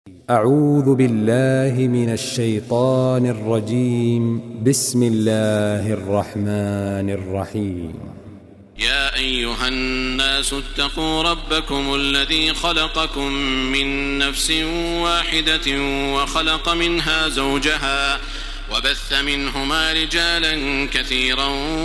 أعوذ بالله من الشيطان الرجيم. بسم الله الرحمن الرحيم. يا أيها الناس اتقوا ربكم الذي خلقكم من نفس واحدة وخلق منها زوجها وبث منهما رجالا كثيرا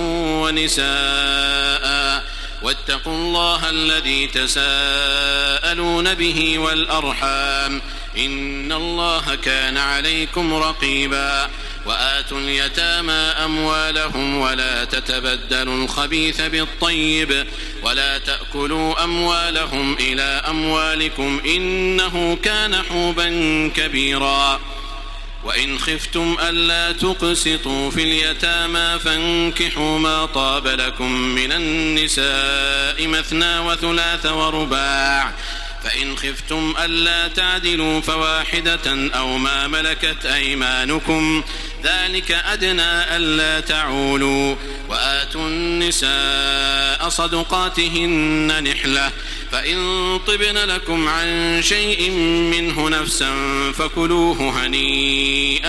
ونساء واتقوا الله الذي تساءلون به والأرحام إن الله كان عليكم رقيبا. وآتوا اليتامى أموالهم ولا تتبدلوا الخبيث بالطيب ولا تأكلوا أموالهم إلى أموالكم إنه كان حوبا كبيرا. وإن خفتم ألا تقسطوا في اليتامى فانكحوا ما طاب لكم من النساء مثنى وثلاث ورباع، فإن خفتم ألا تعدلوا فواحدة أو ما ملكت أيمانكم ذلك أدنى ألا تعولوا. وآتوا النساء صدقاتهن نحلة، فإن طبن لكم عن شيء منه نفسا فكلوه هنيئا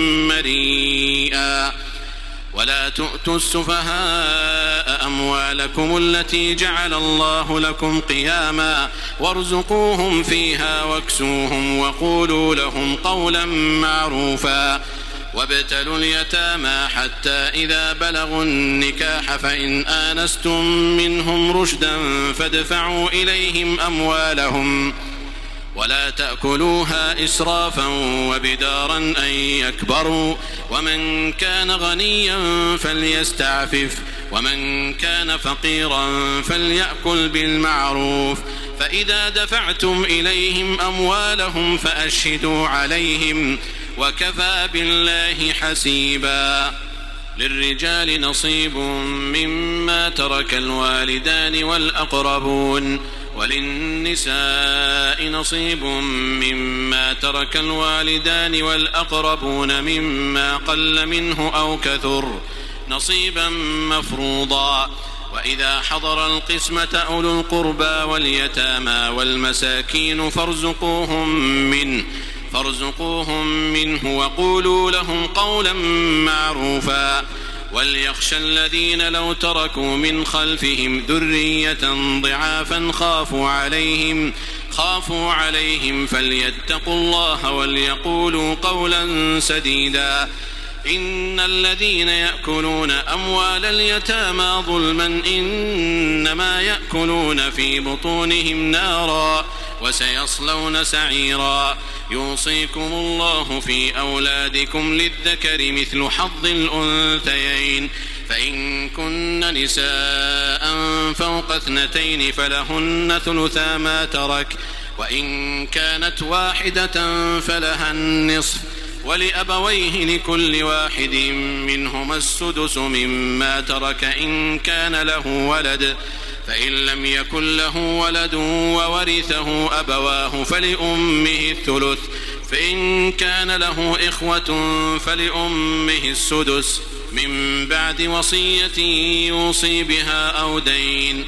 مريئا. ولا تؤتوا السفهاء أموالكم التي جعل الله لكم قياما وارزقوهم فيها واكسوهم وقولوا لهم قولا معروفا. وابتلوا اليتامى حتى إذا بلغوا النكاح فإن آنستم منهم رشدا فادفعوا إليهم أموالهم ولا تأكلوها إسرافا وبدارا أن يكبروا. ومن كان غنيا فليستعفف ومن كان فقيرا فليأكل بالمعروف. فإذا دفعتم إليهم أموالهم فأشهدوا عليهم وكفى بالله حسيبا. للرجال نصيب مما ترك الوالدان والأقربون وللنساء نصيب مما ترك الوالدان والأقربون مما قل منه أو كثر نصيبا مفروضا. وإذا حضر القسمة أولو القربى واليتامى والمساكين فارزقوهم منه وقولوا لهم قولا معروفا. وليخشى الذين لو تركوا من خلفهم ذرية ضعافا خافوا عليهم فليتقوا الله وليقولوا قولا سديدا. إن الذين يأكلون أموال اليتامى ظلما إنما يأكلون في بطونهم نارا وسيصلون سعيرا. يوصيكم الله في أولادكم للذكر مثل حظ الأنثيين، فإن كن نساء فوق 2 فلهن ثلثا ما ترك، وإن كانت واحدة فلها النصف، ولأبويه لكل واحد منهما السدس مما ترك إن كان له ولد، فإن لم يكن له ولد وورثه أبواه فلأمه الثلث، فإن كان له إخوة فلأمه السدس من بعد وصية يوصي بها أو دين.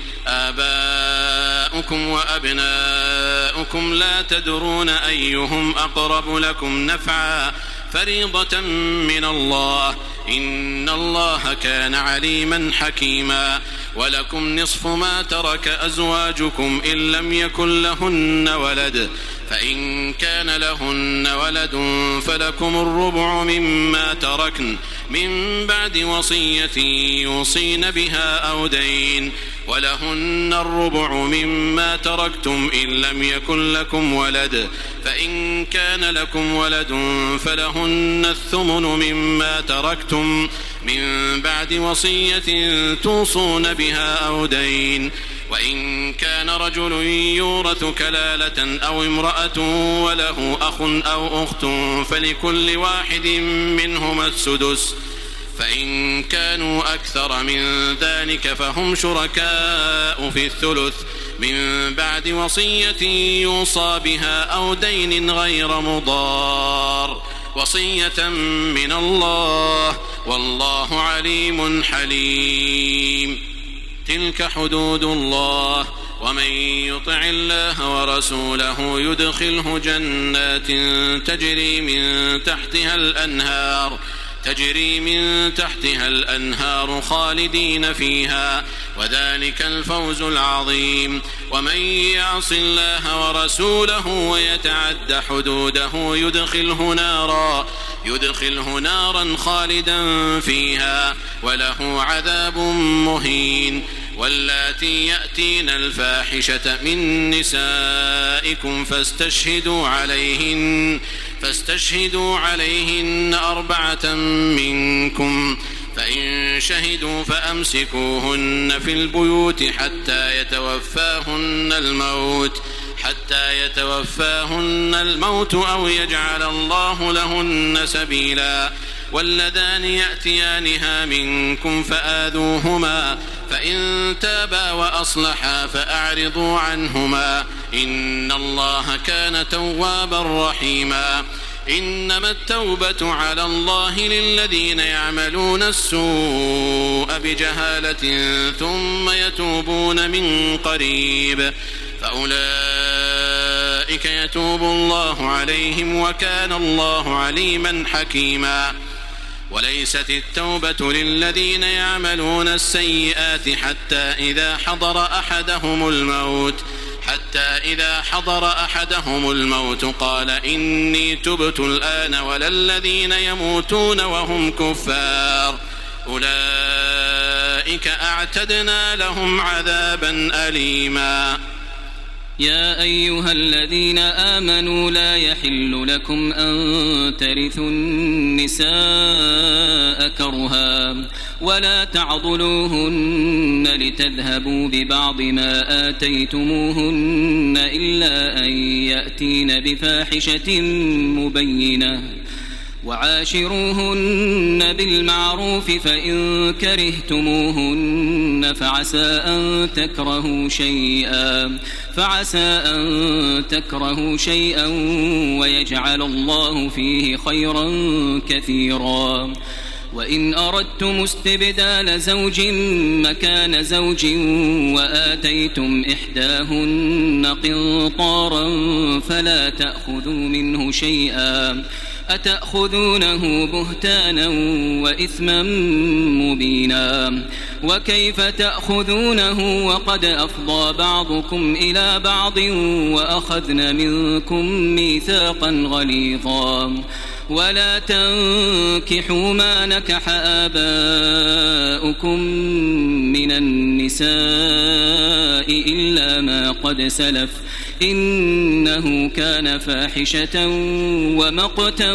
آباؤكم وأبناؤكم لا تدرون أيهم أقرب لكم نفعا فريضة من الله إن الله كان عليما حكيما. ولكم نصف ما ترك أزواجكم إن لم يكن لهن ولد، فإن كان لهن ولد فلكم الربع مما تركن من بعد وصية يوصين بها أو دين، ولهن الربع مما تركتم إن لم يكن لكم ولد، فإن كان لكم ولد فلهن الثمن مما تركتم من بعد وصية توصون بها أو دين. وإن كان رجل يورث كلالة أو امرأة وله أخ أو أخت فلكل واحد منهما السدس، فإن كانوا أكثر من ذلك فهم شركاء في الثلث من بعد وصية يوصى بها أو دين غير مضار، وصية من الله والله عليم حليم. تلك حدود الله ومن يطع الله ورسوله يدخله جنات تجري من تحتها الأنهار خالدين فيها، وذلك الفوز العظيم. ومن يعص الله ورسوله ويتعد حدوده يدخله نارا خالدا فيها وله عذاب مهين. واللاتي يأتين الفاحشة من نسائكم فاستشهدوا عليهن 4 منكم، فإن شهدوا فأمسكوهن في البيوت حتى يتوفاهن الموت أو يجعل الله لهن سبيلا. واللذان يأتيانها منكم فآذوهما، فإن تابا وأصلحا فأعرضوا عنهما، إن الله كان توابا رحيما. إنما التوبة على الله للذين يعملون السوء بجهالة ثم يتوبون من قريب، فأولئك يتوب الله عليهم وكان الله عليما حكيما. وليست التوبة للذين يعملون السيئات حتى إذا حضر أحدهم الموت قال إني تبت الآن، ولا الذين يموتون وهم كفار أولئك أعتدنا لهم عذابا أليما. يا أيها الذين آمنوا لا يحل لكم أن ترثوا النساء كرها ولا تعضلوهن لتذهبوا ببعض ما آتيتموهن إلا أن يأتين بفاحشة مبينة، وعاشروهن بالمعروف، فإن كرهتموهن فعسى أن تكرهوا شيئا ويجعل الله فيه خيرا كثيرا. وإن أردتم استبدال زوج مكان زوج وآتيتم إحداهن قنطارا فلا تأخذوا منه شيئا، أتأخذونه بهتانا وإثما مبينا. وكيف تأخذونه وقد أفضى بعضكم إلى بعض وأخذن منكم ميثاقا غليظا. ولا تنكحوا ما نكح آباؤكم من النساء إلا ما قد سلف، إنه كان فاحشة ومقتا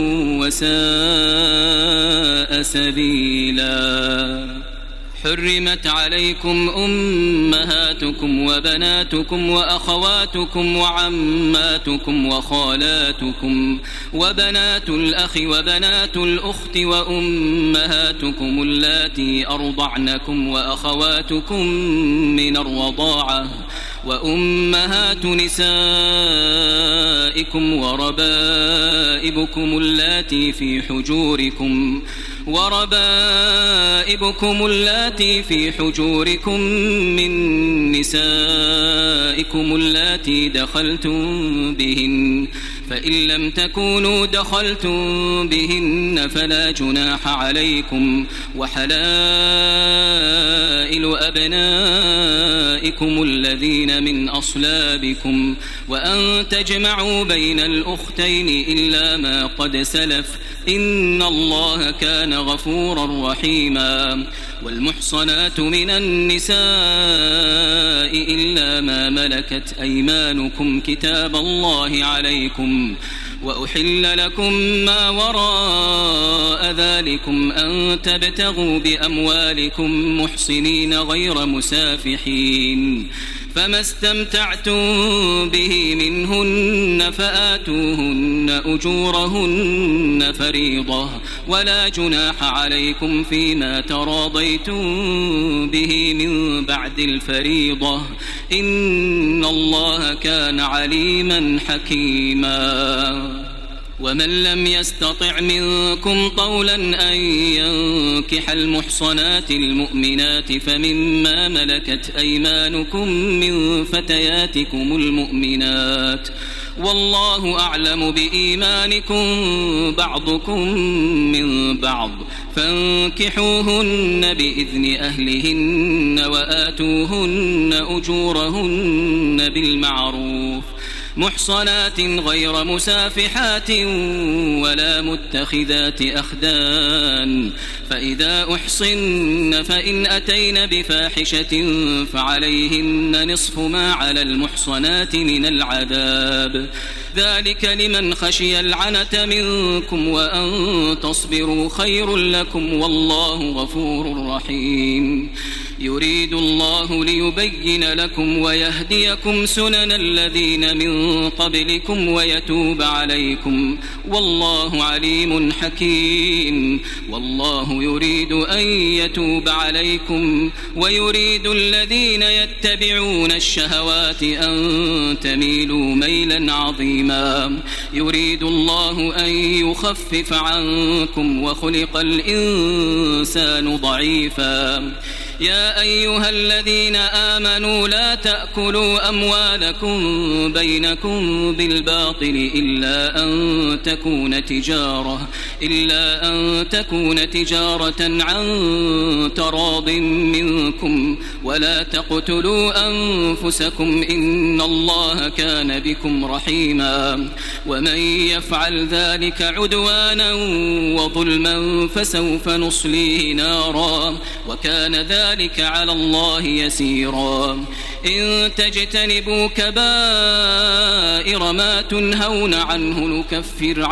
وساء سبيلا. حرمت عليكم أمهاتكم وبناتكم وأخواتكم وعماتكم وخالاتكم وبنات الأخ وبنات الأخت وأمهاتكم اللاتي أرضعنكم وأخواتكم من الرضاعة وأمهات نسائكم وربائبكم اللاتي في حجوركم من نسائكم اللاتي دخلتم بهن، فإن لم تكونوا دخلتم بهن فلا جناح عليكم. وحلائل أبنائكم الذين من أصلابكم، وأن تجمعوا بين الأختين إلا ما قد سلف، إن الله كان غفورا رحيما. والمحصنات من النساء إلا ما ملكت أيمانكم كتاب الله عليكم، وأحل لكم ما وراء ذلكم أن تبتغوا بأموالكم محصنين غير مسافحين، فما استمتعتم به منهن فآتوهن أجورهن فريضة، ولا جناح عليكم فيما تراضيتم به من بعد الفريضة، إن الله كان عليما حكيما. ومن لم يستطع منكم طولا أن ينكح المحصنات المؤمنات فمما ملكت أيمانكم من فتياتكم المؤمنات والله أعلم بإيمانكم بعضكم من بعض فانكحوهن بإذن أهلهن وآتوهن أجورهن بالمعروف محصنات غير مسافحات ولا متخذات أخدان فإذا أحصن فإن أتين بفاحشة فعليهن نصف ما على المحصنات من العذاب ذلك لمن خشي العنة منكم وأن تصبروا خير لكم والله غفور رحيم يريد الله ليبين لكم ويهديكم سنن الذين من قبلكم ويتوب عليكم والله عليم حكيم والله يريد أن يتوب عليكم ويريد الذين يتبعون الشهوات أن تميلوا ميلا عظيما يريد الله أن يخفف عنكم وخلق الإنسان ضعيفا يا أيها الذين آمنوا لا تأكلوا أموالكم بينكم بالباطل إلا أن تكون تجارة عن تراض منكم ولا تقتلوا أنفسكم إن الله كان بكم رحيما ومن يفعل ذلك عدوانا وظلما فسوف نصليه نارا وكان ذلك على الله يسيرا إن تجتنبوا كبائر ما تنهون عنه نكفر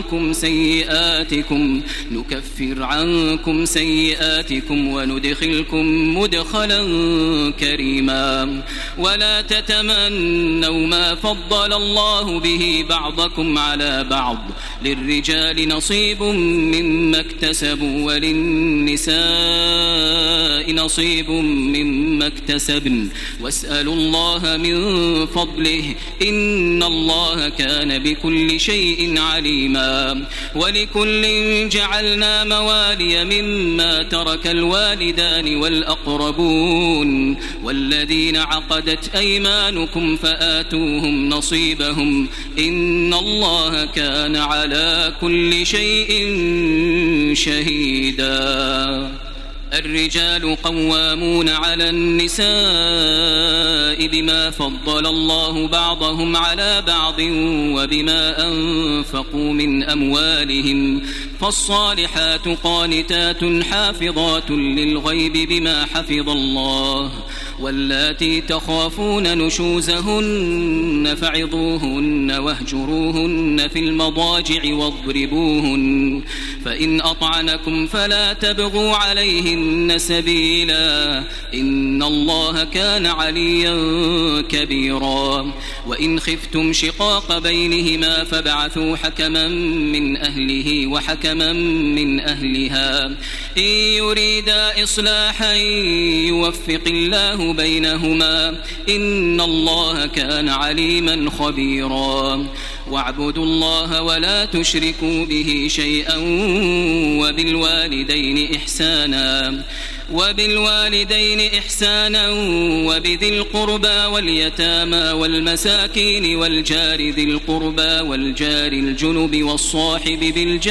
عنكم سيئاتكم وندخلكم مدخلا كريما ولا تتمنوا ما فضل الله به بعضكم على بعض للرجال نصيب مما اكتسبوا وللنساء نصيب مما اكتسبن واسألوا الله من فضله إن الله كان بكل شيء عليما ولكل جعلنا موالي مما ترك الوالدان والأقربون والذين عقدت أيمانكم فآتوهم نصيبهم إن الله كان على كل شيء شهيدا الرجال قوامون على النساء بما فضل الله بعضهم على بعض وبما أنفقوا من أموالهم فالصالحات قانتات حافظات للغيب بما حفظ الله واللاتي تخافون نشوزهن فعظوهن واهجروهن في المضاجع واضربوهن فإن أطعنكم فلا تبغوا عليهن سبيلا إن الله كان عليا كبيرا وإن خفتم شقاق بينهما فابعثوا حكما من أهله وحكما من أهلها إن يريدا إصلاحا يوفق الله بينهما إن الله كان عليما خبيرا واعبدوا الله ولا تشركوا به شيئا وبالوالدين إحسانا وبذي القربى واليتامى والمساكين والجار ذي القربى والجار الجنب والصاحب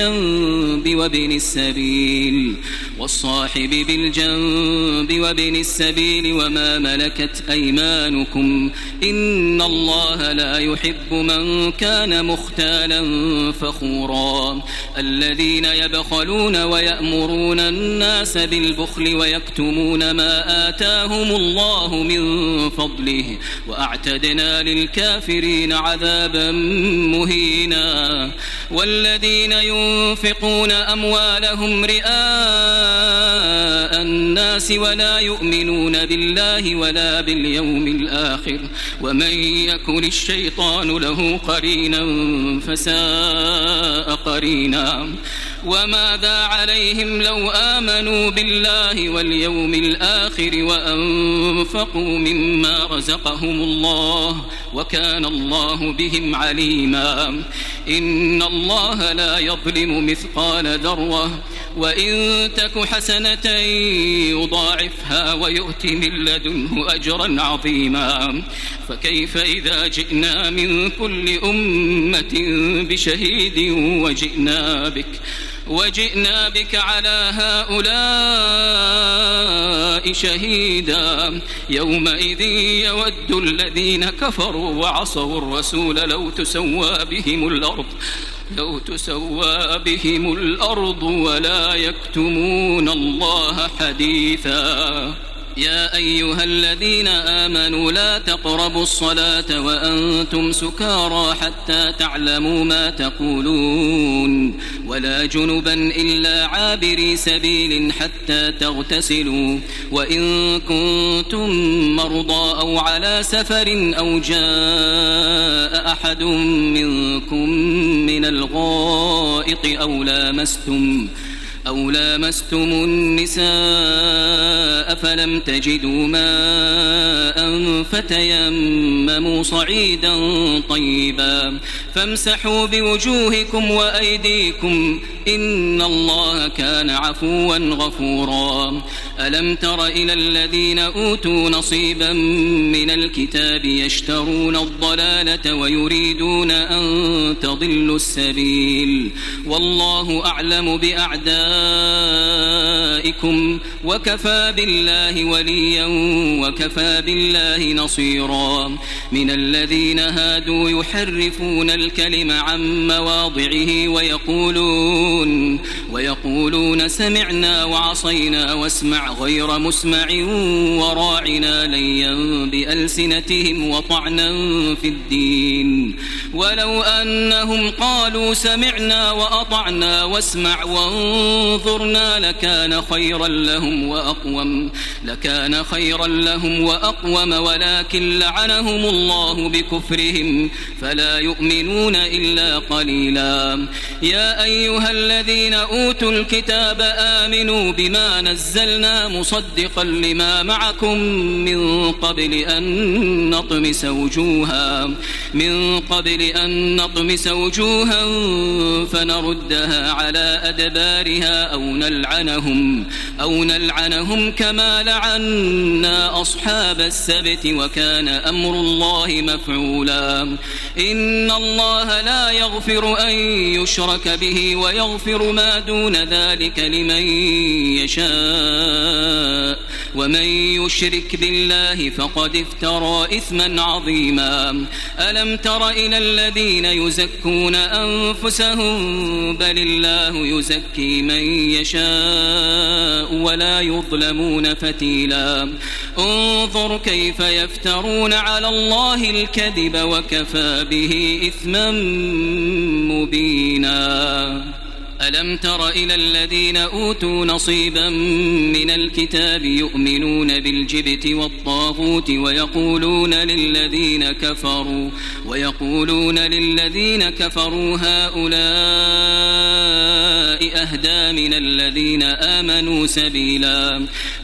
بالجنب وابن السبيل وما ملكت أيمانكم إن الله لا يحب من كان مختالا فخورا الذين يبخلون ويأمرون الناس بالبخل ويكتمون ما آتاهم الله من فضله وأعتدنا للكافرين عذابا مهينا والذين ينفقون أموالهم رئاء الناس ولا يؤمنون بالله ولا باليوم الآخر ومن يكن الشيطان له قرينا فساء قرينا وماذا عليهم لو آمنوا بالله واليوم الآخر وأنفقوا مما رزقهم الله وكان الله بهم عليما إن الله لا يظلم مثقال ذرة وإن تك حسنة يضاعفها ويؤت من لدنه أجرا عظيما فكيف إذا جئنا من كل أمة بشهيد وجئنا بك على هؤلاء شهيدا يومئذ يود الذين كفروا وعصوا الرسول لو تسوى بهم الأرض ولا يكتمون الله حديثا يا أيها الذين آمنوا لا تقربوا الصلاة وأنتم سكارى حتى تعلموا ما تقولون ولا جنبا إلا عابري سبيل حتى تغتسلوا وإن كنتم مرضى أو على سفر أو جاء أحد منكم من الغائط أو لامستم النساء فلم تجدوا ماء فتيمموا صعيدا طيبا فامسحوا بوجوهكم وأيديكم إن الله كان عفوا غفورا ألم تر إلى الذين أوتوا نصيبا من الكتاب يشترون الضلالة ويريدون أن تضلوا السبيل والله أعلم بأعدائكم وكفى بالله وليا وكفى بالله نصيرا من الذين هادوا يحرفون الكلم عن مواضعه ويقولون سمعنا وعصينا واسمع غير مسمع وراعنا ليا بألسنتهم وطعنا في الدين ولو أنهم قالوا سمعنا وأطعنا واسمع وانظرنا لكان خيرا لهم وأقوم ولكن لعنهم الله بكفرهم فلا يؤمنون إلا قليلا يا أيها الذين أوتوا الكتاب آمنوا بما نزلنا مصدقا لما معكم من قبل أن نطمس وجوها فنردها على أدبارها أو نلعنهم كما لعنا أصحاب السبت وكان أمر الله مفعولا إن الله لا يغفر أن يشرك به ويغفر ما دون ذلك لمن يشاء ومن يشرك بالله فقد افترى إثما عظيما ألم تر إلى الذين يزكون أنفسهم بل الله يزكي من يشاء ولا يظلمون فتيلا انظر كيف يفترون على الله الكذب وكفى به إثما مبينا ألم تر إلى الذين أوتوا نصيبا من الكتاب يؤمنون بالجبت والطاغوت ويقولون للذين كفروا هؤلاء أهدى من الذين آمنوا سبيلا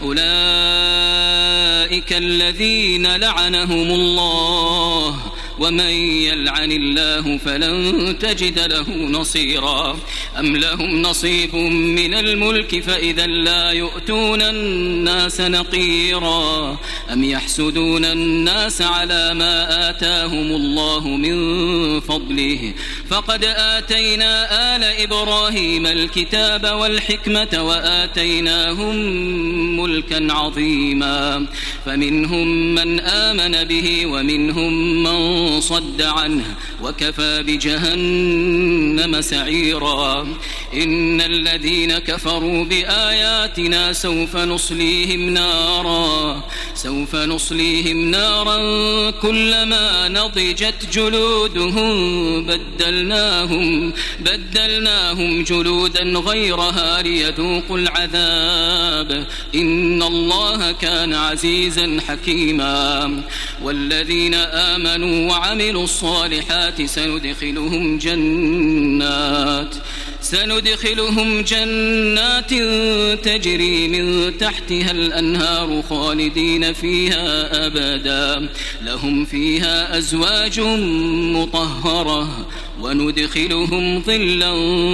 أولئك الذين لعنهم الله ومن يلعن الله فلن تجد له نصيرا أم لهم نصيب من الملك فإذا لا يؤتون الناس نقيرا أم يحسدون الناس على ما آتاهم الله من فضله فقد آتينا آل إبراهيم الكتاب والحكمة وآتيناهم ملكا عظيما فمنهم من آمن به ومنهم من صد عنه وكفى بجهنم سعيرا إن الذين كفروا بآياتنا سوف نصليهم نارا كلما نضجت جلودهم بدلناهم جلودا غيرها ليذوقوا العذاب إن الله كان عزيزا حكيما والذين آمنوا وعملوا الصالحات سندخلهم جنات تجري من تحتها الأنهار خالدين فيها أبدا لهم فيها أزواج مطهرة وندخلهم ظلا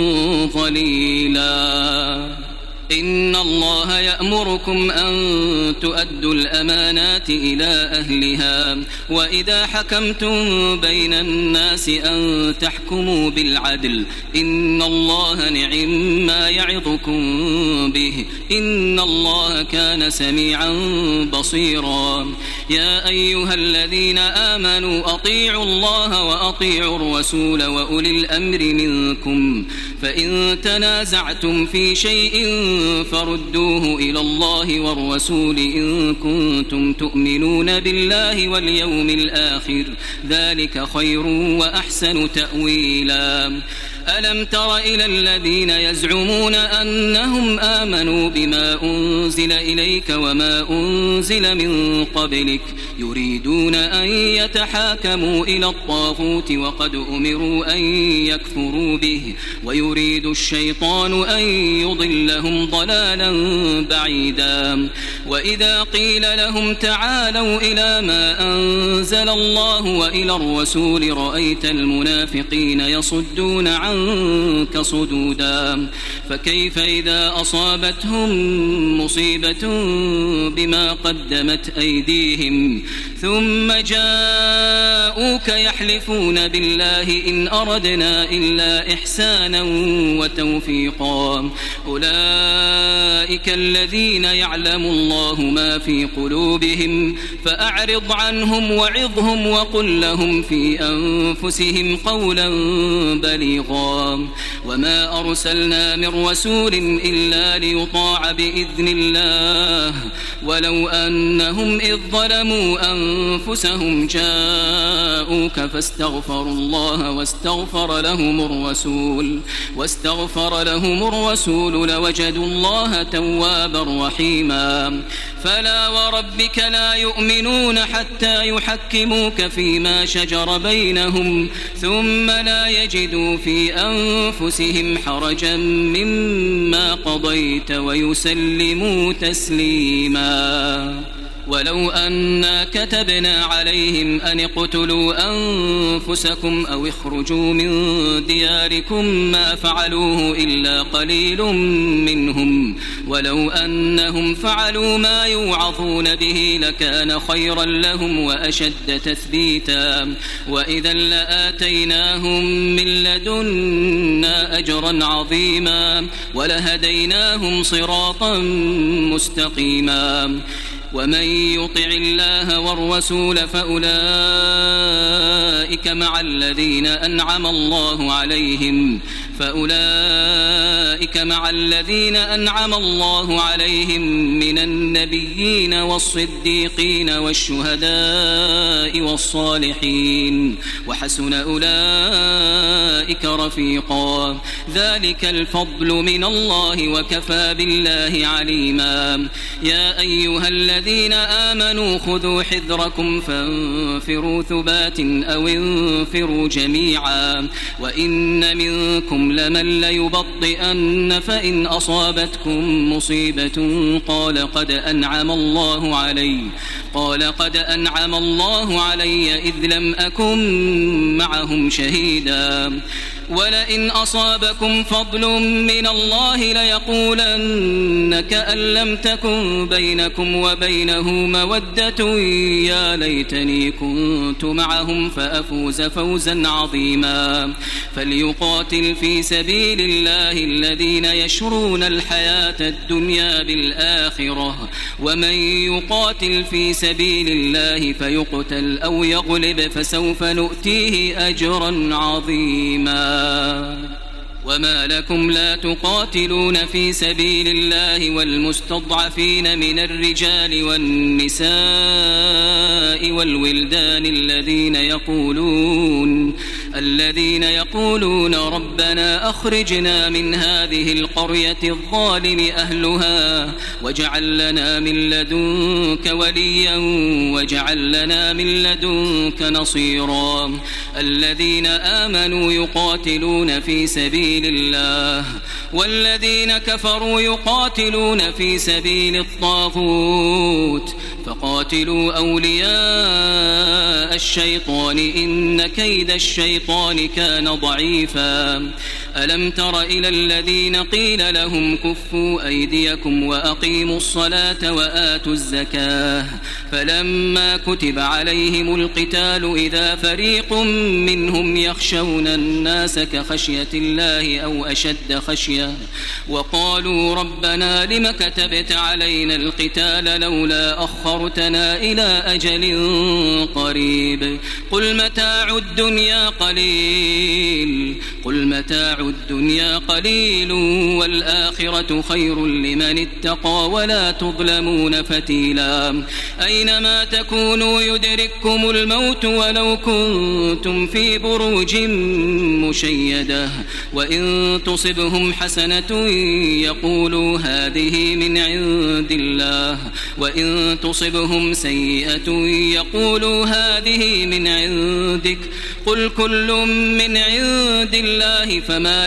ظليلا إن الله يأمركم أن تؤدوا الأمانات إلى أهلها وإذا حكمتم بين الناس أن تحكموا بالعدل إن الله نعم ما يعظكم به إن الله كان سميعا بصيرا يا أيها الذين آمنوا أطيعوا الله وأطيعوا الرسول وأولي الأمر منكم فإن تنازعتم في شيء فردوه إلى الله والرسول إن كنتم تؤمنون بالله واليوم الآخر ذلك خير وأحسن تأويلا ألم تر إلى الذين يزعمون أنهم آمنوا بما أنزل إليك وما أنزل من قبلك يريدون أن يتحاكموا إلى الطاغوت وقد أمروا أن يكفروا به ويريد الشيطان أن يضلهم ضلالا بعيدا وإذا قيل لهم تعالوا إلى ما أنزل الله وإلى الرسول رأيت المنافقين يصدون عنك صدودا فكيف إذا أصابتهم مصيبة بما قدمت أيديهم ثم جاءوك يحلفون بالله إن أردنا إلا إحسانا وتوفيقا أولئك الذين يعلم الله ما في قلوبهم فأعرض عنهم وعظهم وقل لهم في أنفسهم قولا بليغا وما أرسلنا من رسول إلا ليطاع بإذن الله ولو أنهم إذ ظلموا أنفسهم جاءوك فاستغفروا الله واستغفر لهم الرسول لوجدوا الله توابا رحيما فلا وربك لا يؤمنون حتى يحكموك فيما شجر بينهم ثم لا يجدوا في أنفسهم حرجا مما قضيت ويسلموا تسليما ولو أنا كتبنا عليهم أن اقتلوا أنفسكم أو اخرجوا من دياركم ما فعلوه إلا قليل منهم ولو أنهم فعلوا ما يوعظون به لكان خيرا لهم وأشد تثبيتا وإذا لآتيناهم من لدنا أجرا عظيما ولهديناهم صراطا مستقيما ومن يطع الله والرسول فأولئك مع الذين أنعم الله عليهم من النبيين والصديقين والشهداء والصالحين وحسن أولئك رفيقا ذلك الفضل من الله وكفى بالله عليما يا أيها الذين آمنوا خذوا حذركم فانفروا ثبات أو انفروا جميعا وإن منكم لمن ليبطئن فإن أصابتكم مصيبة قال قد أنعم الله علي إذ لم أكن معهم شهيدا ولئن أصابكم فضل من الله ليقولن كأن لم تكن بينكم وبينه مودة يا ليتني كنت معهم فأفوز فوزا عظيما فليقاتل في سبيل الله الذين يشرون الحياة الدنيا بالآخرة ومن يقاتل في سبيل الله فيقتل أو يغلب فسوف نؤتيه أجرا عظيما وما لكم لا تقاتلون في سبيل الله والمستضعفين من الرجال والنساء والولدان الذين يقولون ربنا أخرجنا من هذه القرية الظالم أهلها واجعل لنا من لدنك وليا واجعل لنا من لدنك نصيرا الذين آمنوا يقاتلون في سبيل الله والذين كفروا يقاتلون في سبيل الطاغوت فقاتلوا أولياء الشيطان إن كيد الشيطان كان ضعيفا ألم تر إلى الذين قيل لهم كفوا أيديكم وأقيموا الصلاة وآتوا الزكاة فلما كتب عليهم القتال إذا فريق منهم يخشون الناس كخشية الله أو أشد خشية وقالوا ربنا لم كتبت علينا القتال لولا أخرتنا إلى أجل قريب قل متاع الدنيا قليل والآخرة خير لمن اتقى ولا تظلمون فتيلا أينما تكونوا يدرككم الموت ولو كنتم في بروج مشيدة وإن تصبهم حسنة يقولوا هذه من عند الله وإن تصبهم سيئة يقولوا هذه من عندك قل كل من عند الله فما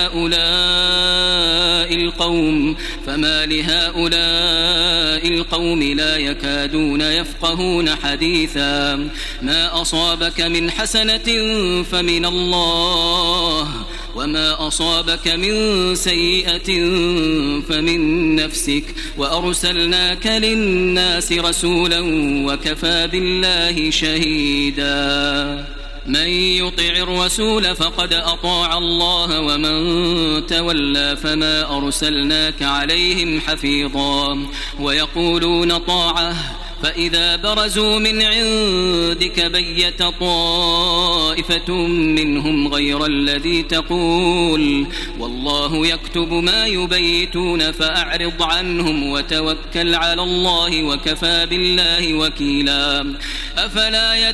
لهؤلاء القوم لا يكادون يفقهون حديثا ما أصابك من حسنة فمن الله وما أصابك من سيئة فمن نفسك وأرسلناك للناس رسولا وكفى بالله شهيدا من يطع الرسول فقد أطاع الله ومن تولى فما أرسلناك عليهم حفيظا ويقولون طاعة فإذا برزوا من عندك بيت طائفة منهم غير الذي تقول والله يكتب ما يبيتون فأعرض عنهم وتوكل على الله وكفى بالله وكيلا أفلا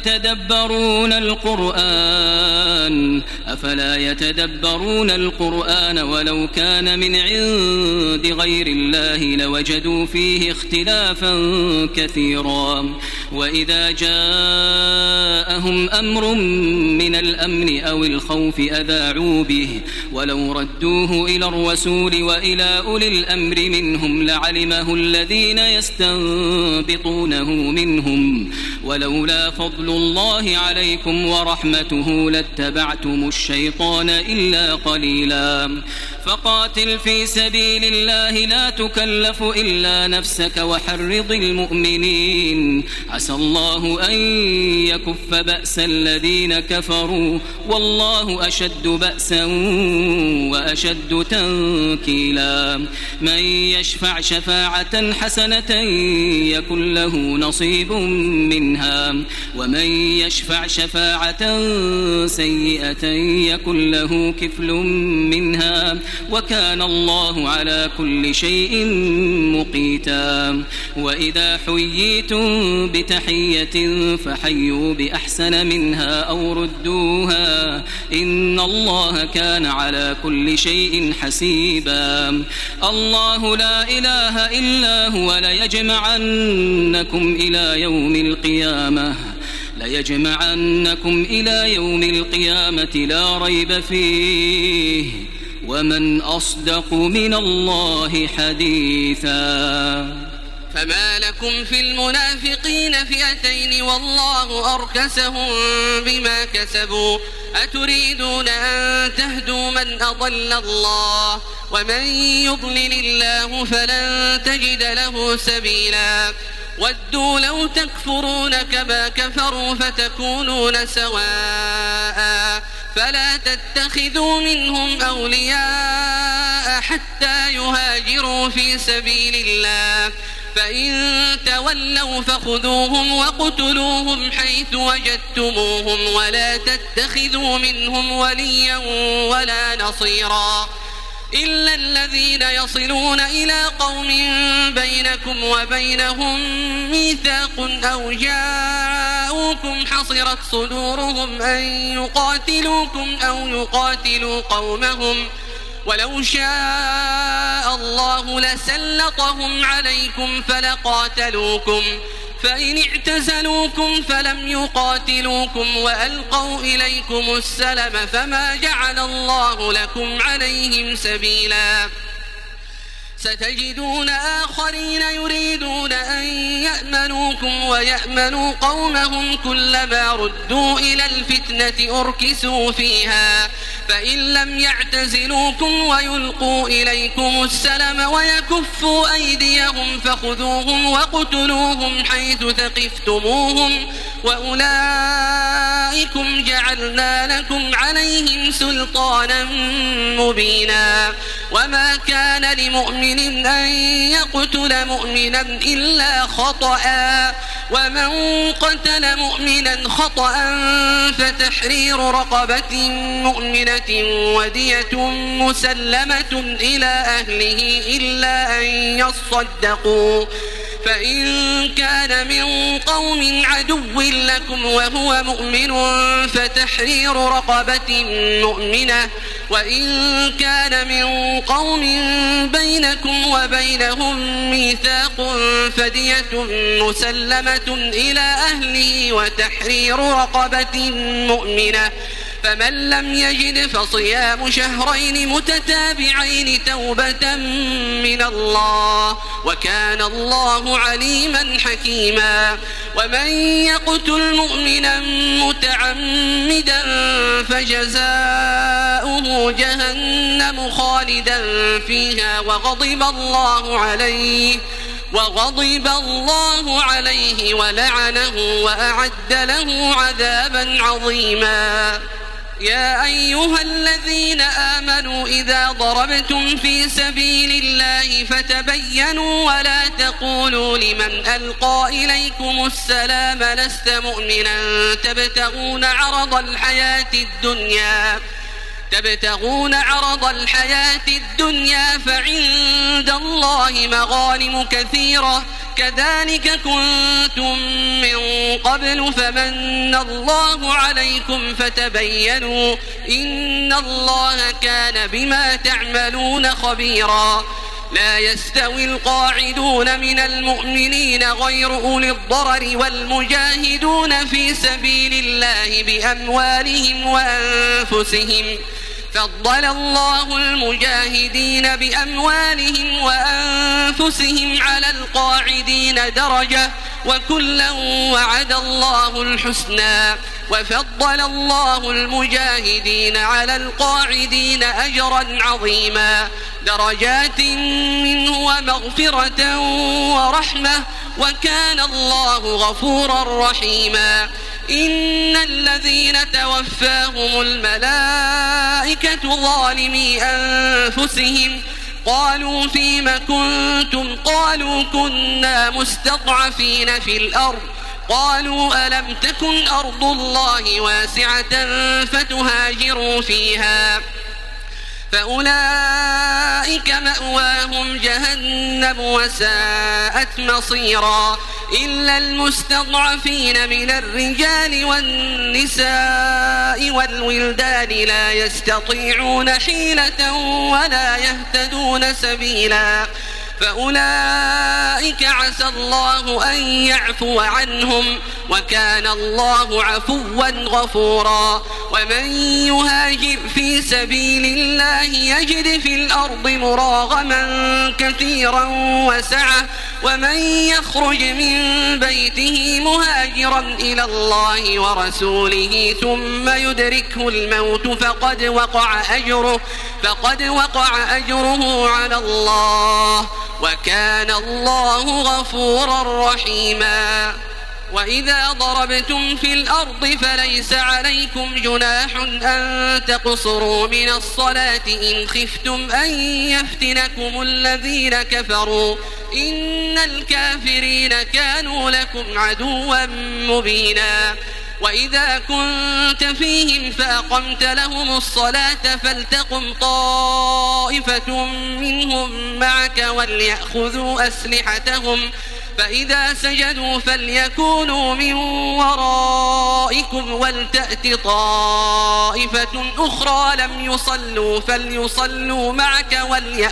يتدبرون القرآن ولو كان من عند غير الله لوجدوا فيه اختلافا كثيرا وإذا جاءهم أمر من الأمن أو الخوف أذاعوا به ولو ردوه إلى الرسول وإلى أولي الأمر منهم لعلمه الذين يستنبطونه منهم ولولا فضل الله عليكم ورحمته لاتبعتم الشيطان إلا قليلا فقاتل في سبيل الله لا تكلف إلا نفسك وحرض المؤمنين عسى الله أن يكف بأس الذين كفروا والله أشد بأسا وأشد تنكيلا من يشفع شفاعة حسنة يكن له نصيب منها ومن يشفع شفاعة سيئة يكن له كفل منها وكان الله على كل شيء مقيتا وإذا حييتم بتحية فحيوا بأحسن منها أو ردوها إن الله كان على كل شيء حسيبا الله لا إله إلا هو ليجمعنكم إلى يوم القيامة لا ريب فيه ومن أصدق من الله حديثا فما لكم في المنافقين فئتين والله أركسهم بما كسبوا أتريدون أن تهدوا من أضل الله ومن يضلل الله فلن تجد له سبيلا ودوا لو تكفرون كما كفروا فتكونون سواء فلا تتخذوا منهم أولياء حتى يهاجروا في سبيل الله فإن تولوا فخذوهم وقتلوهم حيث وجدتموهم ولا تتخذوا منهم وليا ولا نصيرا إلا الذين يصلون إلى قوم بينكم وبينهم ميثاق أو جاءوا جاءوكم حصرت صدورهم أن يقاتلوكم أو يقاتلوا قومهم ولو شاء الله لسلطهم عليكم فلقاتلوكم فإن اعتزلوكم فلم يقاتلوكم وألقوا إليكم السلم فما جعل الله لكم عليهم سبيلا ستجدون آخرين يريدون أن يأمنوكم ويأمنوا قومهم كلما ردوا إلى الفتنة أركسوا فيها فإن لم يعتزلوكم ويلقوا إليكم السلم ويكفوا أيديهم فخذوهم وقتلوهم حيث ثقفتموهم وأولئكم جعلنا لكم عليهم سلطانا مبينا وما كان لمؤمن أن يقتل مؤمنا إلا خطأ ومن قتل مؤمنا خطأ فتحرير رقبة مؤمنة ودية مسلمة إلى أهله إلا أن يصدقوا فإن كان من قوم عدو لكم وهو مؤمن فتحرير رقبة مؤمنة وإن كان من قوم بينكم وبينهم ميثاق فدية مسلمة إلى أهله وتحرير رقبة مؤمنة فمن لم يجد فصيام شهرين متتابعين توبة من الله وكان الله عليما حكيما ومن يقتل مؤمنا متعمدا فجزاؤه جهنم خالدا فيها وغضب الله عليه ولعنه وأعد له عذابا عظيما يا أيها الذين آمنوا إذا ضربتم في سبيل الله فتبينوا ولا تقولوا لمن ألقى إليكم السلام لست مؤمنا تبتغون عرض الحياة الدنيا فعند الله مغانم كثيرة كذلك كنتم من قبل فمن الله عليكم فتبينوا إن الله كان بما تعملون خبيرا لا يستوي القاعدون من المؤمنين غير أولي الضرر والمجاهدون في سبيل الله بأموالهم وأنفسهم فضل الله المجاهدين بأموالهم وأنفسهم على القاعدين درجة وكلا وعد الله الحسنى وفضل الله المجاهدين على القاعدين أجرا عظيما درجات منه ومغفرة ورحمة وكان الله غفورا رحيما إن الذين توفاهم الملائكة ظالمي أنفسهم قالوا فيم كنتم قالوا كنا مستضعفين في الأرض قالوا ألم تكن أرض الله واسعة فتهاجروا فيها فأولئك مأواهم جهنم وساءت مصيرا إلا المستضعفين من الرجال والنساء والولدان لا يستطيعون حيلة ولا يهتدون سبيلا فأولئك عسى الله أن يعفو عنهم وكان الله عفوا غفورا ومن يهاجر في سبيل الله يجد في الأرض مراغما كثيرا وسعة ومن يخرج من بيته مهاجرا إلى الله ورسوله ثم يدركه الموت فقد وقع أجره على الله وكان الله غفورا رحيما وإذا ضربتم في الأرض فليس عليكم جناح أن تقصروا من الصلاة إن خفتم أن يفتنكم الذين كفروا إن الكافرين كانوا لكم عدوا مبينا وإذا كنت فيهم فأقمت لهم الصلاة فلتقم طائفة منهم معك وليأخذوا أسلحتهم فإذا سجدوا فليكونوا من ورائكم ولتأت طائفة أخرى لم يصلوا فليصلوا معك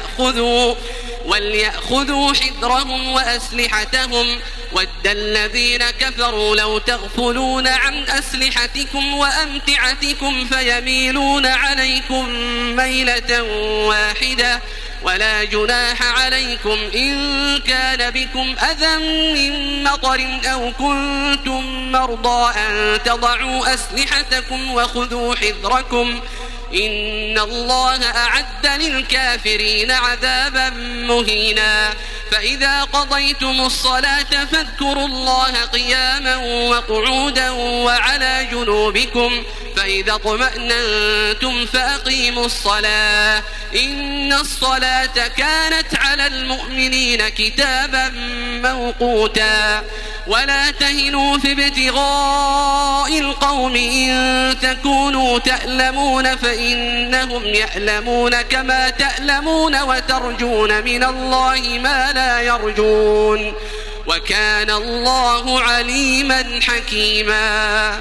وليأخذوا حذرهم وأسلحتهم ود الذين كفروا لو تغفلون عن أسلحتكم وأمتعتكم فيميلون عليكم ميلة واحدة ولا جناح عليكم إن كان بكم أذى من مطر أو كنتم مرضى أن تضعوا أسلحتكم وخذوا حذركم إن الله أعد للكافرين عذابا مهينا فإذا قضيتم الصلاة فاذكروا الله قياما وقعودا وعلى جنوبكم فإذا اطمأننتم فأقيموا الصلاة إن الصلاة كانت على المؤمنين كتابا موقوتا ولا تهنوا في ابتغاء القوم إن تكونوا تألمون فإنهم يألمون كما تألمون وترجون من الله ما لا يرجون وكان الله عليما حكيما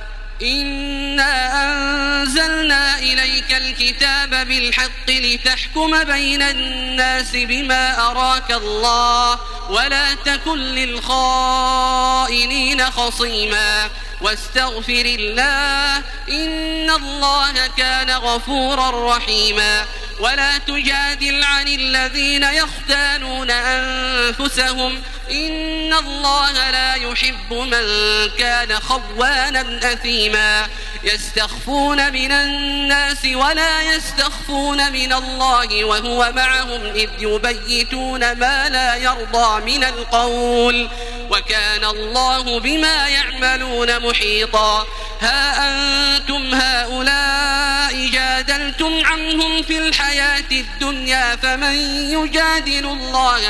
إنا أنزلنا إليك الكتاب بالحق لتحكم بين الناس بما أراك الله ولا تكن للخائنين خصيما واستغفر الله إن الله كان غفورا رحيما ولا تجادل عن الذين يختانون أنفسهم إن الله لا يحب من كان خوانا أثيما يستخفون من الناس ولا يستخفون من الله وهو معهم إذ يبيتون ما لا يرضى من القول وكان الله بما يعملون محيطا ها أنتم هؤلاء جادلتم عنهم في الحياة الدنيا فمن يجادل الله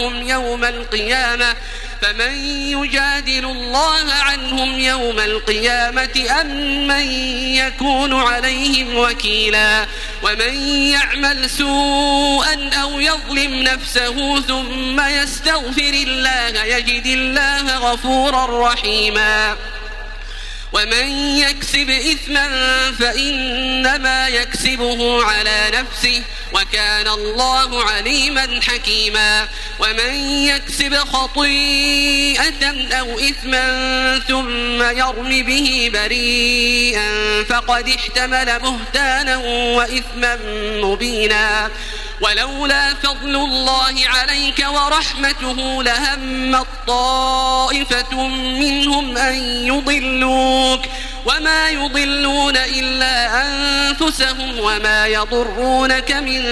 عنهم يوم القيامة أم من يكون عليهم وكيلا ومن يعمل سوءا أو يظلم نفسه ثم يستغفر الله يجد الله غفورا رحيما ومن يكسب إثما فإنما يكسبه على نفسه وكان الله عليما حكيما ومن يكسب خطيئة أو إثما ثم يرم به بريئا فقد احتمل بهتانا وإثما مبينا ولولا فضل الله عليك ورحمته لهمت طائفة منهم أن يضلوك وما يضلون إلا أنفسهم وما يضرونك من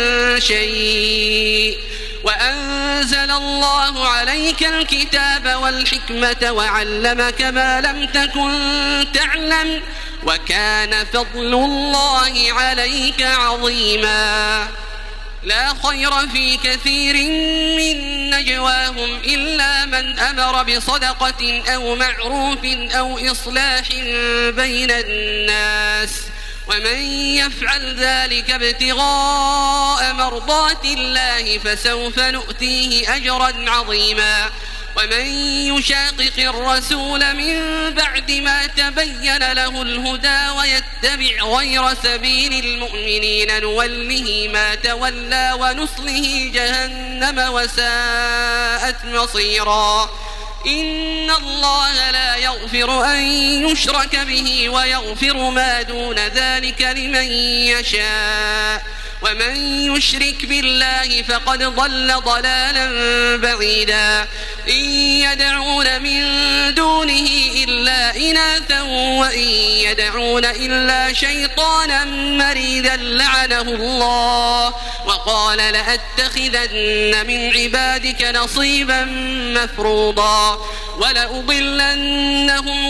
شيء وأنزل الله عليك الكتاب والحكمة وعلمك ما لم تكن تعلم وكان فضل الله عليك عظيما لا خير في كثير من نجواهم إلا من أمر بصدقة أو معروف أو إصلاح بين الناس ومن يفعل ذلك ابتغاء مرضات الله فسوف نؤتيه أجرا عظيما ومن يشاقق الرسول من بعد ما تبين له الهدى ويتبع غير سبيل المؤمنين نوله ما تولى ونصله جهنم وساءت مصيرا إن الله لا يغفر أن يشرك به ويغفر ما دون ذلك لمن يشاء ومن يشرك بالله فقد ضل ضلالا بعيدا إن يدعون من دونه إلا إناثا وإن يدعون إلا شيطانا مريدا لعنه الله وقال لأتخذن من عبادك نصيبا مفروضا ولأضلنهم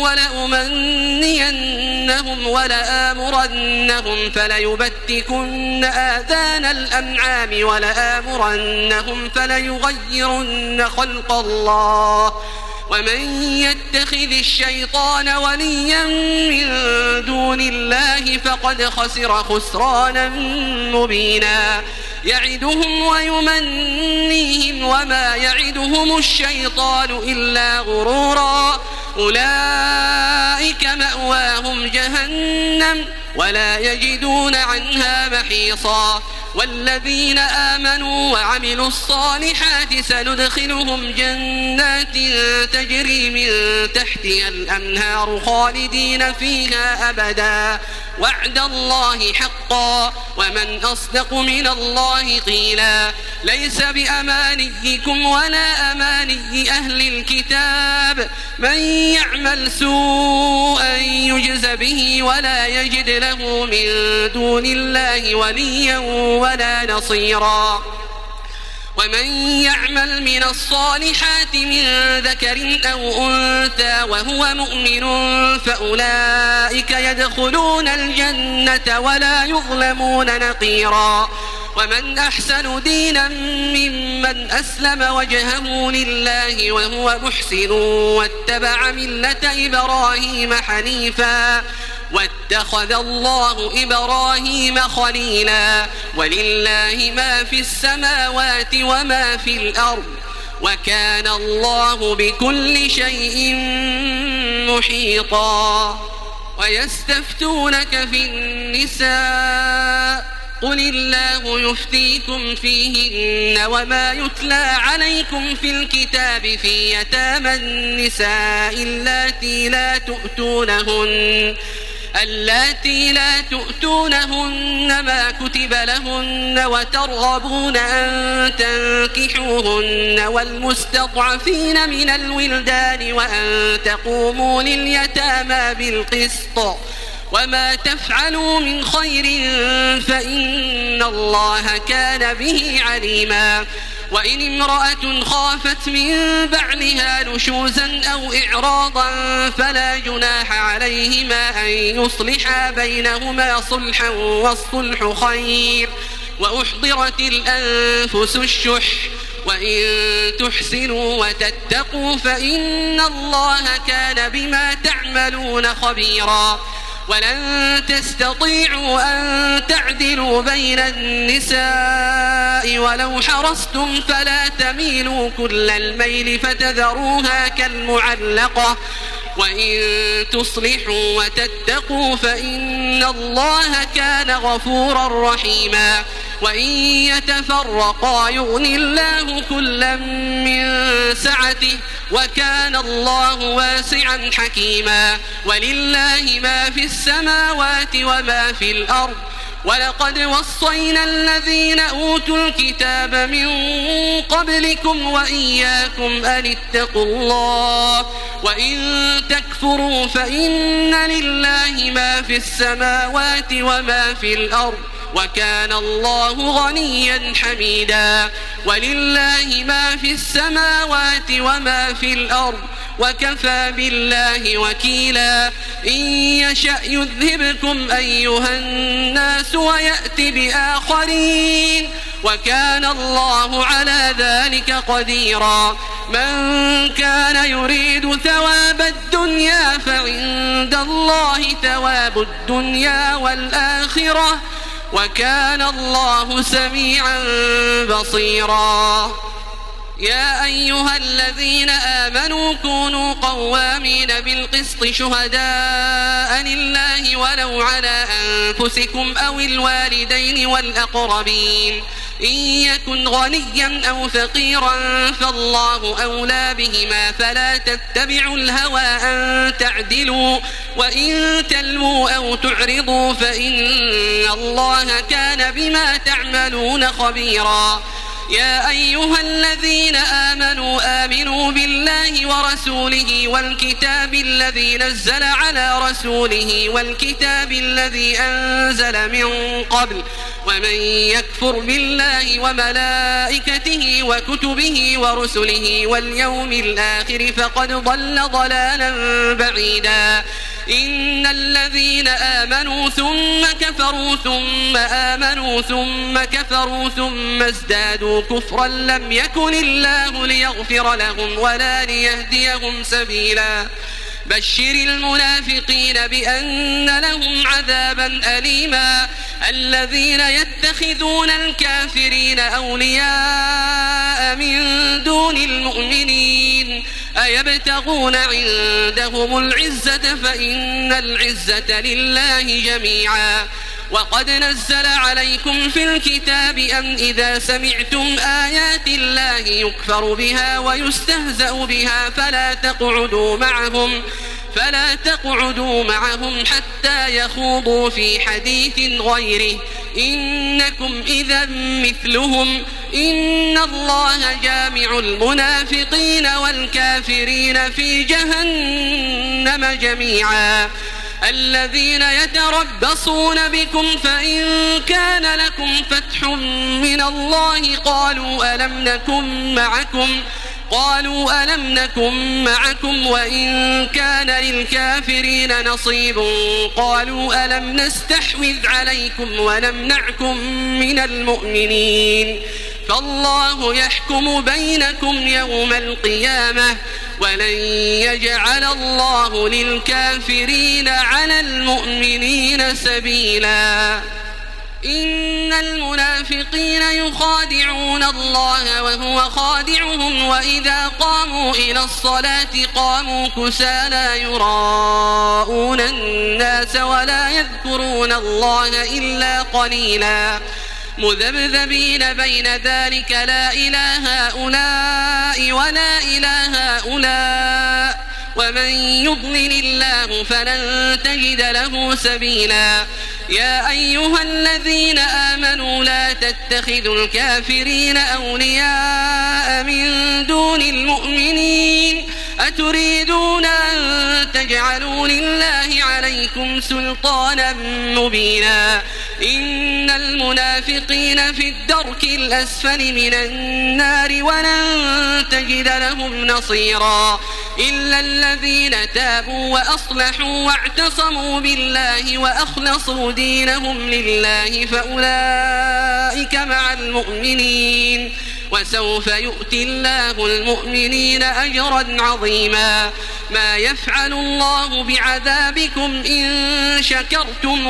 ولأمنينهم ولآمرنهم فليبتكن آذان الأنعام ولآمرنهم فليغيرن خلق الله ومن يتخذ الشيطان وليا من دون الله فقد خسر خسرانا مبينا يعدهم ويمنيهم وما يعدهم الشيطان إلا غرورا أولئك مأواهم جهنم ولا يجدون عنها محيصا والذين آمنوا وعملوا الصالحات سندخلهم جنات تجري من تحتها الأنهار خالدين فيها أبدا وعد الله حقا ومن أصدق من الله قيلا ليس بأمانيكم ولا أماني أهل الكتاب من يعمل سوءا يجز به ولا يجد له من دون الله وليا ولا نصيرا ومن يعمل من الصالحات من ذكر أو أنثى وهو مؤمن فأولئك يدخلون الجنة ولا يظلمون نقيرا ومن أحسن دينا ممن أسلم وجهه لله وهو محسن واتبع ملة إبراهيم حنيفا واتخذ الله إبراهيم خليلا ولله ما في السماوات وما في الأرض وكان الله بكل شيء محيطا ويستفتونك في النساء قل الله يفتيكم فيهن وما يتلى عليكم في الكتاب في يتامى النساء اللاتي لا تؤتونهن ما كتب لهن وترغبون أن تنكحوهن والمستضعفين من الولدان وأن تقوموا لليتامى بالقسط وما تفعلوا من خير فإن الله كان به عليما وإن امرأة خافت من بعلها نشوزا أو إعراضا فلا جناح عليهما أن يصلحا بينهما صلحا والصلح خير وأحضرت الأنفس الشح وإن تحسنوا وتتقوا فإن الله كان بما تعملون خبيرا ولن تستطيعوا أن تعدلوا بين النساء ولو حرصتم فلا تميلوا كل الميل فتذروها كالمعلقة وإن تصلحوا وتتقوا فإن الله كان غفورا رحيما وإن يتفرقا يغني الله كلا من سعته وكان الله واسعا حكيما ولله ما في السماوات وما في الأرض ولقد وصينا الذين أوتوا الكتاب من قبلكم وإياكم أن اتقوا الله وإن تكفروا فإن لله ما في السماوات وما في الأرض وكان الله غنيا حميدا ولله ما في السماوات وما في الأرض وكفى بالله وكيلا إن يشأ يذهبكم أيها الناس ويأتي بآخرين وكان الله على ذلك قديرا من كان يريد ثواب الدنيا فعند الله ثواب الدنيا والآخرة وكان الله سميعا بصيرا يا أيها الذين آمنوا كونوا قوامين بالقسط شهداء لله ولو على أنفسكم أو الوالدين والأقربين إن يكن غنيا أو فقيرا فالله أولى بهما فلا تتبعوا الهوى أن تعدلوا وإن تلووا أو تعرضوا فإن الله كان بما تعملون خبيرا يا أيها الذين آمنوا بالله ورسوله والكتاب الذي نزل على رسوله والكتاب الذي أنزل من قبل ومن يكفر بالله وملائكته وكتبه ورسله واليوم الآخر فقد ضل ضلالا بعيدا إن الذين آمنوا ثم كفروا ثم آمنوا ثم كفروا ثم ازدادوا كفرا لم يكن الله ليغفر لهم ولا ليهديهم سبيلا بشر المنافقين بأن لهم عذابا أليما الذين يتخذون الكافرين أولياء من دون المؤمنين أيبتغون عندهم العزة فإن العزة لله جميعا وقد نزل عليكم في الكتاب أن إذا سمعتم آيات الله يكفر بها ويستهزأ بها فلا تقعدوا معهم حتى يخوضوا في حديث غيره إنكم إذا مثلهم إن الله جامع المنافقين والكافرين في جهنم جميعا الذين يتربصون بكم فإن كان لكم فتح من الله قالوا ألم نكن معكم وإن كان للكافرين نصيب قالوا ألم نستحوذ عليكم ونمنعكم من المؤمنين فالله يحكم بينكم يوم القيامة ولن يجعل الله للكافرين على المؤمنين سبيلا إن المنافقين يخادعون الله وهو خادعهم وإذا قاموا إلى الصلاة قاموا كسالى يراءون الناس ولا يذكرون الله إلا قليلا مذبذبين بين ذلك لا إله هؤلاء ولا إله هؤلاء ومن يضلل الله فلن تجد له سبيلا يا أيها الذين آمنوا لا تتخذوا الكافرين أولياء من دون المؤمنين أتريدون أن تجعلوا لله عليكم سلطانا مبينا إن المنافقين في الدرك الأسفل من النار ولن تجد لهم نصيرا إلا الذين تابوا وأصلحوا واعتصموا بالله وأخلصوا دينهم لله فأولئك مع المؤمنين وسوف يؤتي الله المؤمنين أجرا عظيما ما يفعل الله بعذابكم إن شكرتم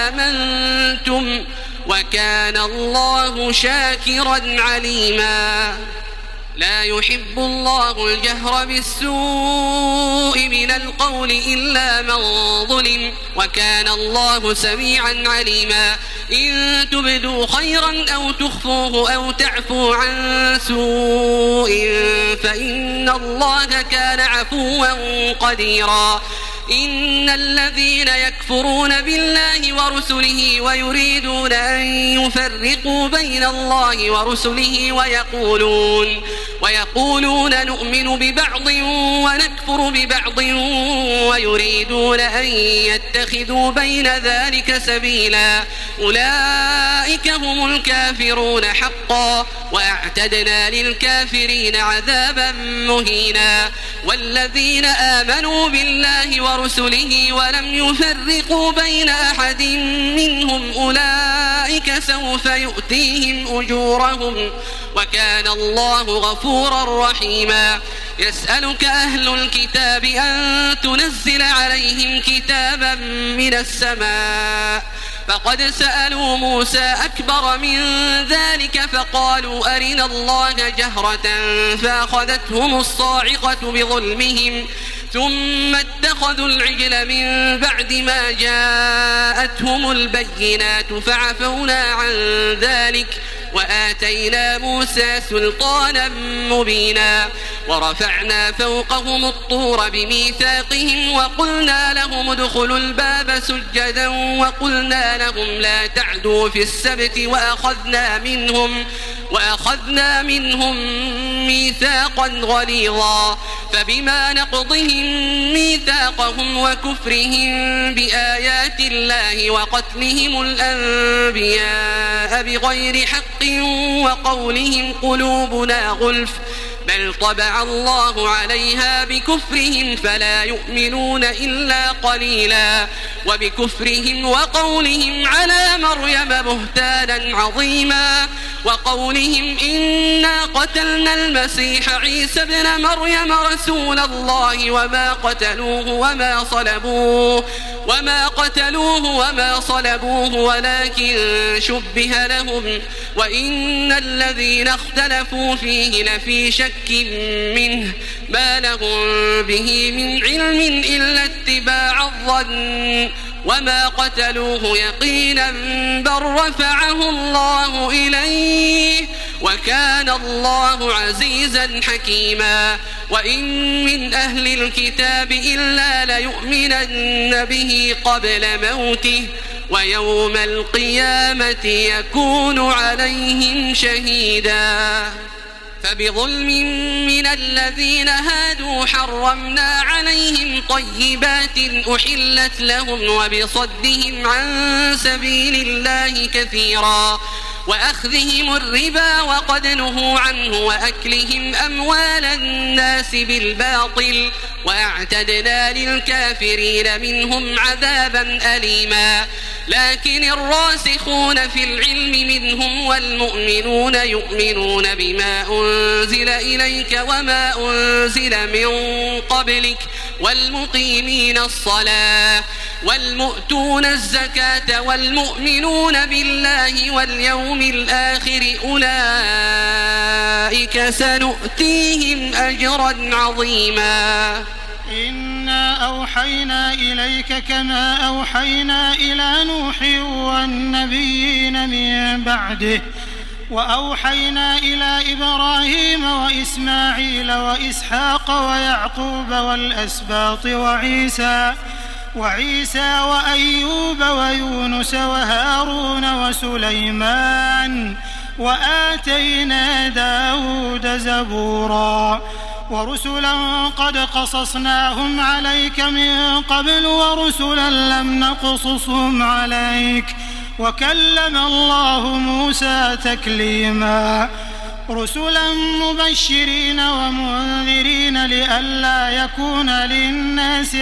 وآمنتم وكان الله شاكرا عليما لا يحب الله الجهر بالسوء من القول إلا من ظلم وكان الله سميعا عليما إن تبدوا خيرا أو تخفوه أو تعفوا عن سوء فإن الله كان عفوا قديرا إن الذين يكفرون بالله ورسله ويريدون أن يفرقوا بين الله ورسله ويقولون نؤمن ببعض ونكفر ببعض ويريدون أن يتخذوا بين ذلك سبيلا أولئك هم الكافرون حقا وأعتدنا للكافرين عذابا مهينا والذين آمنوا بالله ورسله ولم يفرقوا بين أحد منهم أولئك سوف يؤتيهم أجورهم وكان الله غفورا رحيما يسألك أهل الكتاب أن تنزل عليهم كتابا من السماء فقد سألوا موسى أكبر من ذلك فقالوا أرنا الله جهرة فأخذتهم الصاعقة بظلمهم ثم اتخذوا العجل من بعد ما جاءتهم البينات فعفونا عن ذلك وآتينا موسى سلطانا مبينا ورفعنا فوقهم الطور بميثاقهم وقلنا لهم ادخلوا الباب سجدا وقلنا لهم لا تعدوا في السبت وأخذنا منهم ميثاقا غليظا فبما نقضهم ميثاقهم وكفرهم بآيات الله وقتلهم الأنبياء بغير حق وقولهم قلوبنا غلف بل طبع الله عليها بكفرهم فلا يؤمنون إلا قليلا وبكفرهم وقولهم على مريم بهتانا عظيما وقولهم إنا قتلنا المسيح عيسى ابن مريم رسول الله وما قتلوه وما صلبوه ولكن شبه لهم وإن الذين اختلفوا فيه لفي شك منه ما لهم به من علم إلا اتباع الظن وما قتلوه يقينا بل رفعه الله إليه وكان الله عزيزا حكيما وإن من أهل الكتاب إلا ليؤمنن به قبل موته ويوم القيامة يكون عليهم شهيدا فبظلم من الذين هادوا حرمنا عليهم طيبات أحلت لهم وبصدهم عن سبيل الله كثيرا وأخذهم الربا وقد نهوا عنه وأكلهم أموال الناس بالباطل وأعتدنا للكافرين منهم عذابا أليما لكن الراسخون في العلم منهم والمؤمنون يؤمنون بما أنزل إليك وما أنزل من قبلك والمقيمين الصلاة والمؤتون الزكاة والمؤمنون بالله واليوم الآخر أولئك سنؤتيهم أجرا عظيما إنا أوحينا إليك كما أوحينا إلى نوح والنبيين من بعده وأوحينا إلى إبراهيم وإسماعيل وإسحاق ويعقوب والأسباط وعيسى وأيوب ويونس وهارون وسليمان وآتينا داود زبورا ورسلا قد قصصناهم عليك من قبل ورسلا لم نقصصهم عليك وكلم الله موسى تكليما رسلا مبشرين ومنذرين لئلا يكون للناس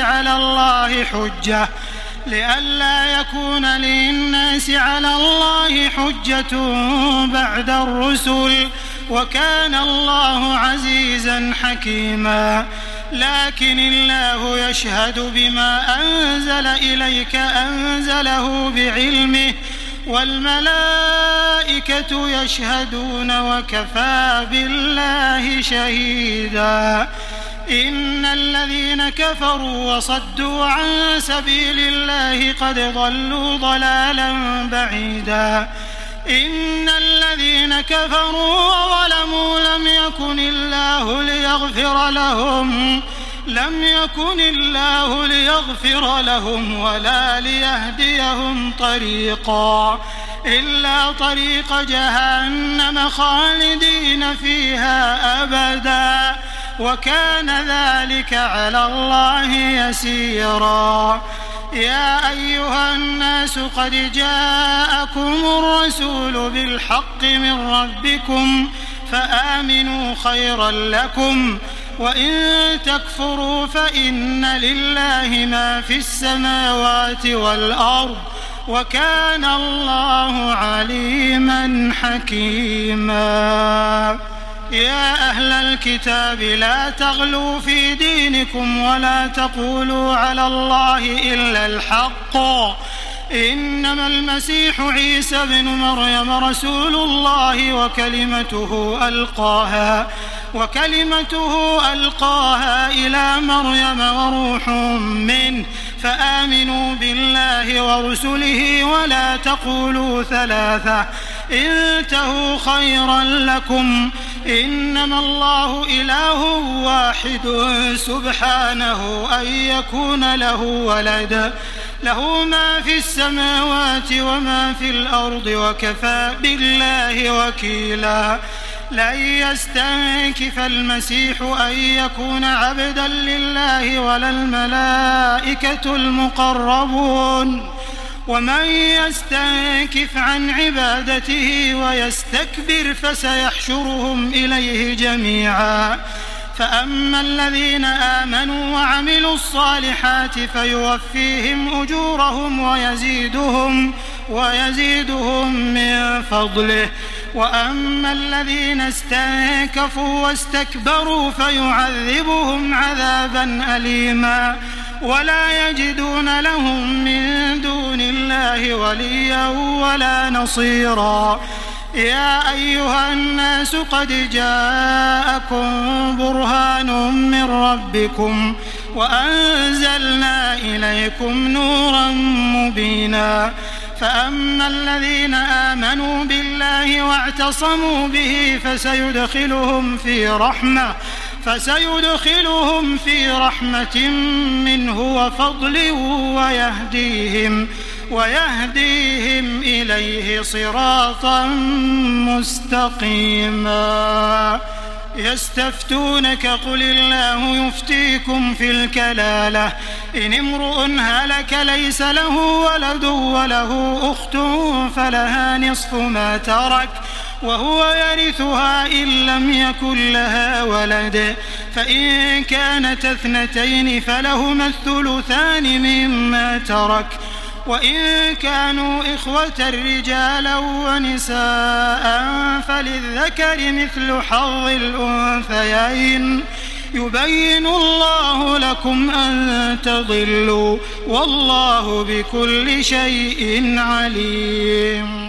على الله حجة بعد الرسل وكان الله عزيزا حكيما لكن الله يشهد بما أنزل إليك أنزله بعلمه والملائكة يشهدون وكفى بالله شهيدا إن الذين كفروا وصدوا عن سبيل الله قد ضلوا ضلالا بعيدا إن الذين كفروا وظلموا لم يكن الله ليغفر لهم ولا ليهديهم طريقا إلا طريق جهنم خالدين فيها أبدا وكان ذلك على الله يسيرا يا أيها الناس قد جاءكم الرسول بالحق من ربكم فآمنوا خيرا لكم وإن تكفروا فإن لله ما في السماوات والأرض وكان الله عليما حكيما يا أهل الكتاب لا تغلوا في دينكم ولا تقولوا على الله إلا الحق إنما المسيح عيسى بن مريم رسول الله وكلمته ألقاها إلى مريم وروح منه فآمنوا بالله ورسله ولا تقولوا ثلاثة انتهوا خيرا لكم إنما الله إله واحد سبحانه أن يكون له ولد له ما في السماوات وما في الأرض وكفى بالله وكيلا لن يستنكف المسيح أن يكون عبدا لله ولا الملائكة المقربون ومن يستنكف عن عبادته ويستكبر فسيحشرهم إليه جميعا فأما الذين آمنوا وعملوا الصالحات فيوفيهم أجورهم ويزيدهم من فضله وأما الذين استنكفوا واستكبروا فيعذبهم عذابا أليما ولا يجدون لهم من دون الله وليا ولا نصيرا. يا أيها الناس قد جاءكم برهان من ربكم وأنزلنا إليكم نورا مبينا. فأما الذين آمنوا بالله واعتصموا به فسيدخلهم في رحمة منه وفضل ويهديهم إليه صراطا مستقيما. يستفتونك قل الله يفتيكم في الكلالة إن امرؤ هلك ليس له ولد وله أخت فلها نصف ما ترك وهو يرثها إن لم يكن لها ولد فإن كانت اثنتين فلهما الثلثان مما ترك وإن كانوا إخوة رجالا ونساء فللذكر مثل حظ الأنثيين يبين الله لكم أن تضلوا والله بكل شيء عليم.